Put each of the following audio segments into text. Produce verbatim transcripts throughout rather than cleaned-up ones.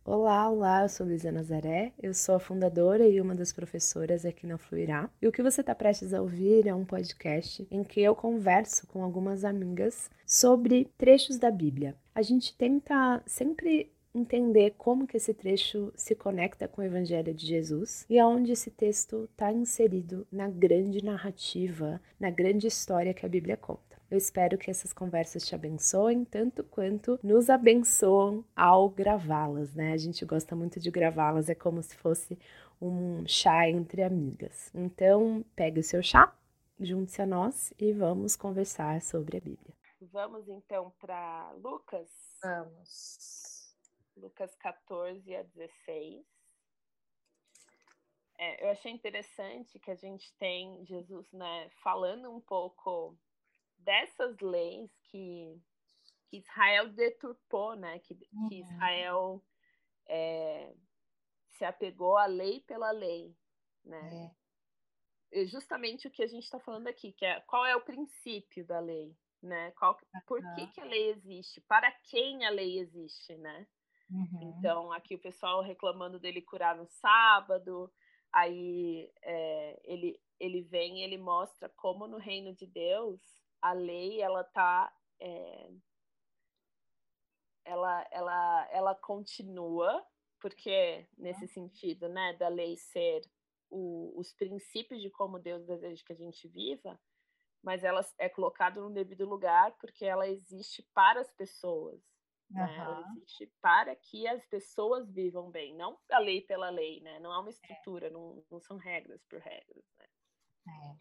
Olá, olá, eu sou Luísa Nazaré, eu sou a fundadora e uma das professoras aqui na Fluirá. E o que você está prestes a ouvir é um podcast em que eu converso com algumas amigas sobre trechos da Bíblia. A gente tenta sempre entender como que esse trecho se conecta com o Evangelho de Jesus e aonde esse texto está inserido na grande narrativa, na grande história que a Bíblia conta. Eu espero que essas conversas te abençoem tanto quanto nos abençoam ao gravá-las, né? A gente gosta muito de gravá-las, é como se fosse um chá entre amigas. Então, pegue o seu chá, junte-se a nós e vamos conversar sobre a Bíblia. Vamos então para Lucas? Vamos. Lucas catorze a dezesseis. É, eu achei interessante que a gente tem Jesus, né, falando um pouco dessas leis que, que Israel deturpou, né? Que, Uhum. que Israel é, se apegou à lei pela lei, né? É. E justamente o que a gente está falando aqui, que é qual é o princípio da lei, né? Qual, por que, que a lei existe? Para quem a lei existe, né? Uhum. Então, aqui o pessoal reclamando dele curar no sábado, aí é, ele, ele vem e ele mostra como no reino de Deus a lei, ela tá, é, ela, ela, ela continua, porque nesse sentido, né, da lei ser o, os princípios de como Deus deseja que a gente viva, mas ela é colocada no devido lugar porque ela existe para as pessoas, né? Ela Aham. existe para que as pessoas vivam bem, não a lei pela lei, né? Não é uma estrutura, não, não são regras por regras, né? É.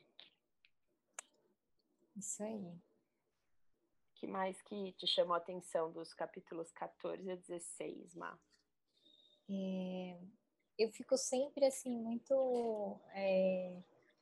Isso aí. Que mais que te chamou a atenção dos capítulos catorze a dezesseis, Má? É, eu fico sempre assim, muito. É,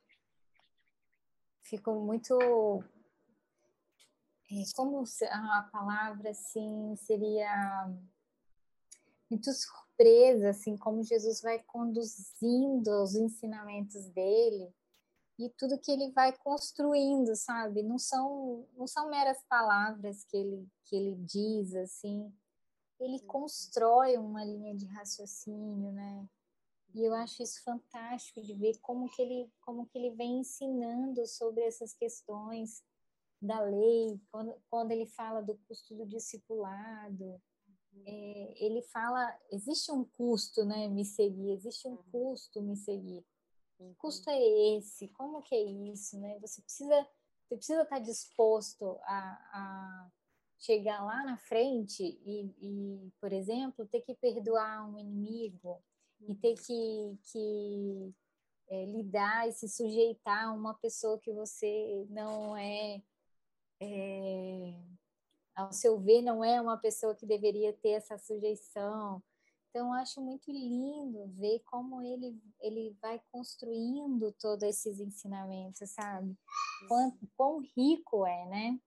fico muito. É, como se- a palavra assim seria muito surpresa, assim, como Jesus vai conduzindo os ensinamentos dele e tudo que ele vai construindo, sabe? Não são, não são meras palavras que ele, que ele diz, assim. Ele constrói uma linha de raciocínio, né? E eu acho isso fantástico de ver como que ele, como que ele vem ensinando sobre essas questões da lei, quando, quando ele fala do custo do discipulado, é, ele fala, existe um custo, né, me seguir, existe um custo me seguir. Que custo é esse? Como que é isso, né? Você precisa, você precisa estar disposto a, a chegar lá na frente e, e, por exemplo, ter que perdoar um inimigo e ter que, que é, lidar e se sujeitar a uma pessoa que você não é, é, ao seu ver, não é uma pessoa que deveria ter essa sujeição. Então, eu acho muito lindo ver como ele, ele vai construindo todos esses ensinamentos, sabe? Quão, quão rico é, né?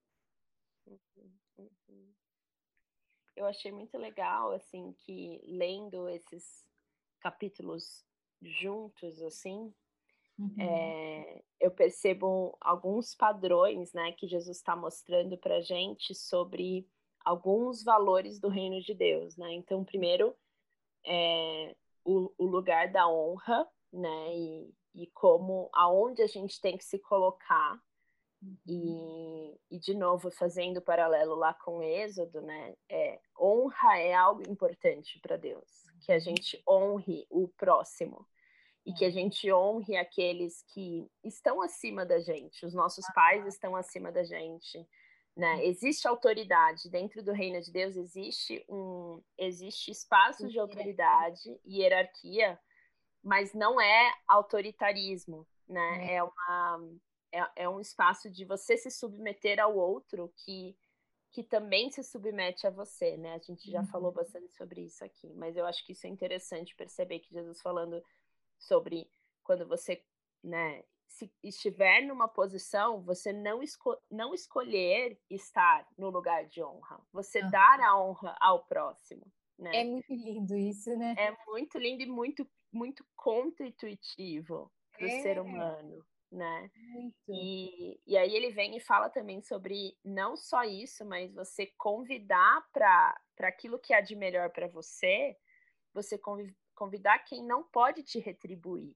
Eu achei muito legal, assim, que lendo esses capítulos juntos, assim, Uhum. é, eu percebo alguns padrões, né, que Jesus está mostrando para gente sobre alguns valores do reino de Deus, né? Então, primeiro, é, o, o lugar da honra, né, e, e como, aonde a gente tem que se colocar. E, e, de novo, fazendo paralelo lá com o Êxodo, né? É, honra é algo importante para Deus. Que a gente honre o próximo. E que a gente honre aqueles que estão acima da gente. Os nossos pais estão acima da gente. Né? Existe autoridade. Dentro do reino de Deus existe, um, existe espaço de autoridade e hierarquia, mas não é autoritarismo. Né? É uma é, é um espaço de você se submeter ao outro que, que também se submete a você, né? A gente já falou bastante sobre isso aqui, mas eu acho que isso é interessante perceber que Jesus falando sobre quando você, né, se estiver numa posição, você não, esco não escolher estar no lugar de honra, você Ah, dar a honra ao próximo, é né? muito lindo isso, né? É muito lindo e muito, muito contra-intuitivo para o ser É humano, né? muito. E, e aí ele vem e fala também sobre não só isso, mas você convidar para aquilo que há de melhor para você, você convi- convidar quem não pode te retribuir,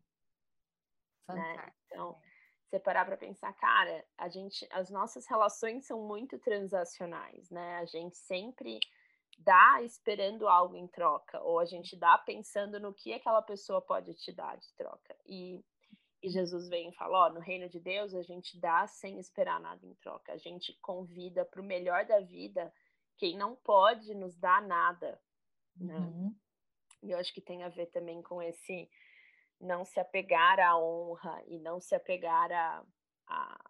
né? Fantástico. Então, você parar para pensar, cara, a gente, as nossas relações são muito transacionais, né? A gente sempre dá esperando algo em troca, ou a gente dá pensando no que aquela pessoa pode te dar de troca. E, e Jesus vem e fala, ó, no reino de Deus a gente dá sem esperar nada em troca. A gente convida para o melhor da vida quem não pode nos dar nada, né? Uhum. E eu acho que tem a ver também com esse não se apegar à honra e não se apegar a, a,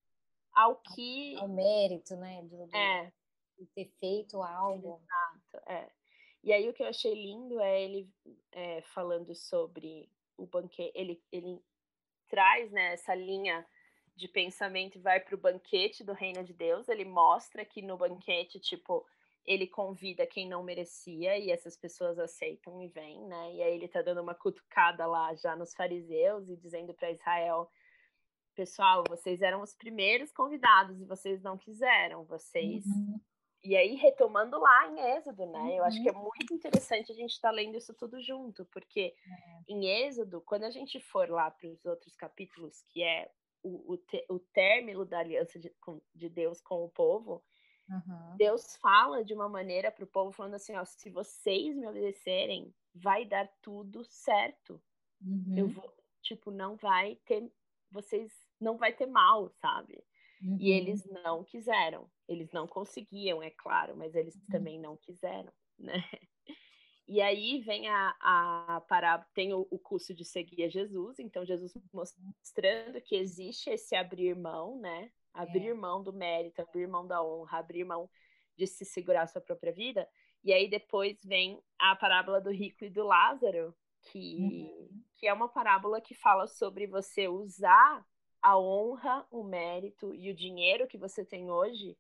ao que Ao mérito, né, do, do, é, de ter feito algo. exato, é. E aí o que eu achei lindo é ele é, falando sobre o banquete, ele, ele traz, né, essa linha de pensamento e vai para o banquete do reino de Deus, ele mostra que no banquete, tipo, ele convida quem não merecia e essas pessoas aceitam e vêm, né? E aí ele tá dando uma cutucada lá já nos fariseus e dizendo para Israel, pessoal, vocês eram os primeiros convidados e vocês não quiseram, vocês... Uhum. E aí, retomando lá em Êxodo, né? Eu acho que é Uhum. muito interessante a gente estar tá lendo isso tudo junto, porque em Êxodo, quando a gente for lá para os outros capítulos, que é o, o, te, o término da aliança de, com, de Deus com o povo, Uhum. Deus fala de uma maneira para o povo, falando assim, ó, se vocês me obedecerem, vai dar tudo certo. Uhum. Eu vou, tipo, não vai ter, vocês, não vai ter mal, sabe? Uhum. E eles não quiseram. Eles não conseguiam, é claro, mas eles Uhum. também não quiseram, né? E aí vem a, a parábola, tem o, o curso de seguir a Jesus, então Jesus mostrando que existe esse abrir mão, né? Abrir É. mão do mérito, abrir mão da honra, abrir mão de se segurar a sua própria vida. E aí depois vem a parábola do rico e do Lázaro, que, Uhum. que é uma parábola que fala sobre você usar a honra, o mérito e o dinheiro que você tem hoje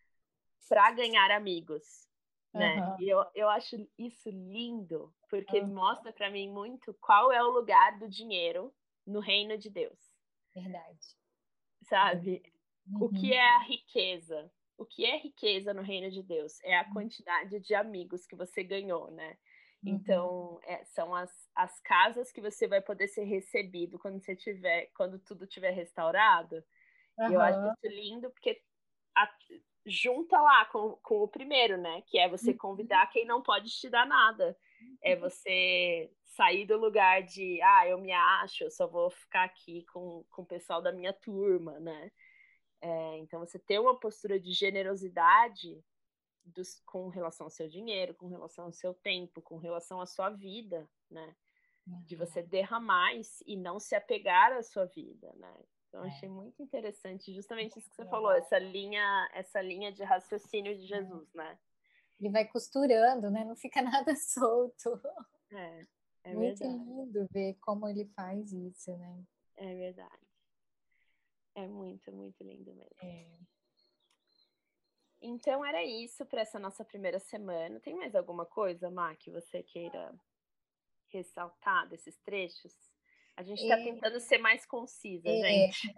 para ganhar amigos, né? Uhum. E eu, eu acho isso lindo, porque Uhum. mostra para mim muito qual é o lugar do dinheiro no reino de Deus, Verdade. sabe? O que Uhum. é a riqueza? O que é riqueza no reino de Deus? É a quantidade de amigos que você ganhou, né? Uhum. Então, é, são as, as casas que você vai poder ser recebido quando você tiver, quando tudo tiver restaurado. E eu acho Uhum. isso lindo porque a, junta lá com, com o primeiro, né? Que é você convidar quem não pode te dar nada. É você sair do lugar de, ah, eu me acho, eu só vou ficar aqui com, com o pessoal da minha turma, né? É, então, você ter uma postura de generosidade dos, com relação ao seu dinheiro, com relação ao seu tempo, com relação à sua vida, né? De você derramar e não se apegar à sua vida, né? Então, É. achei muito interessante justamente isso que você falou, essa linha, essa linha de raciocínio de Jesus, né? Ele vai costurando, né? Não fica nada solto. É, é Muito verdade, lindo ver como ele faz isso, né? é verdade. É muito, muito lindo mesmo. É. Então, era isso para essa nossa primeira semana. Tem mais alguma coisa, Má, que você queira ressaltar desses trechos? A gente está É, tentando ser mais concisa, é. gente.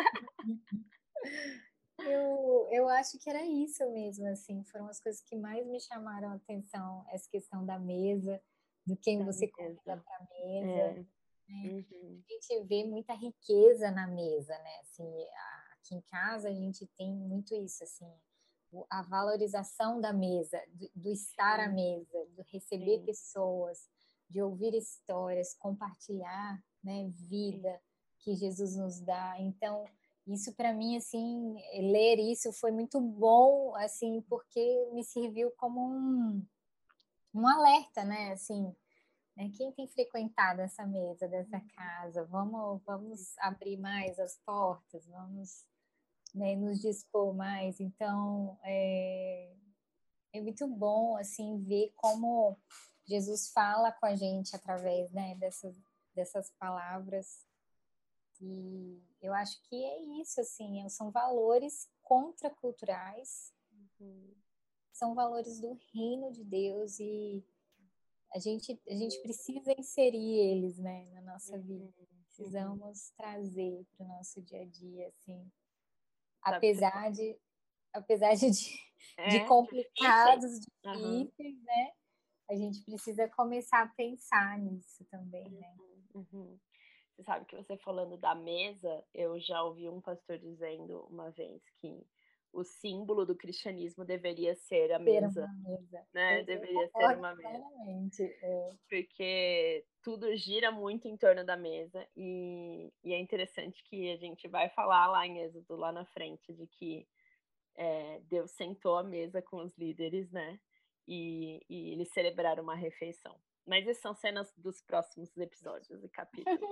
Eu, eu acho que era isso mesmo, assim, foram as coisas que mais me chamaram a atenção, essa questão da mesa, do quem Da você convida mesa. para a mesa, É. né? Uhum. A gente vê muita riqueza na mesa, né? Assim, a- aqui em casa a gente tem muito isso, assim, o- a valorização da mesa, do, do estar à Sim, mesa, do receber sim, pessoas, de ouvir histórias, compartilhar, né, sim. vida que Jesus nos dá. Então, isso para mim, assim, ler isso foi muito bom, assim, porque me serviu como um, um alerta, né? Assim, né? Quem tem frequentado essa mesa dessa casa? Vamos, vamos abrir mais as portas, vamos, né, nos dispor mais. Então, é, é muito bom, assim, ver como Jesus fala com a gente através, né, dessas, dessas palavras. E eu acho que é isso, assim, são valores contraculturais, Uhum. são valores do reino de Deus e a gente, a gente precisa inserir eles, né, na nossa vida. Uhum. Uhum. Precisamos trazer para o nosso dia a dia, assim. Sabe que você Apesar de, apesar de, de é difíceis? complicados, Aham. difíceis, né? a gente precisa começar a pensar nisso também, né? Uhum, uhum. Você sabe que você falando da mesa, eu já ouvi um pastor dizendo uma vez que o símbolo do cristianismo deveria ser a Ter mesa, uma mesa. né? Eu, eu Deveria ser concordo uma mesa, plenamente. É. porque tudo gira muito em torno da mesa e, e é interessante que a gente vai falar lá em Êxodo, lá na frente, de que é, Deus sentou à mesa com os líderes, né? E, e eles celebraram uma refeição. Mas essas são cenas dos próximos episódios e capítulos.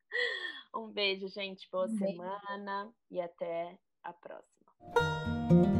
Um beijo, gente. Boa Um beijo. semana e até a próxima.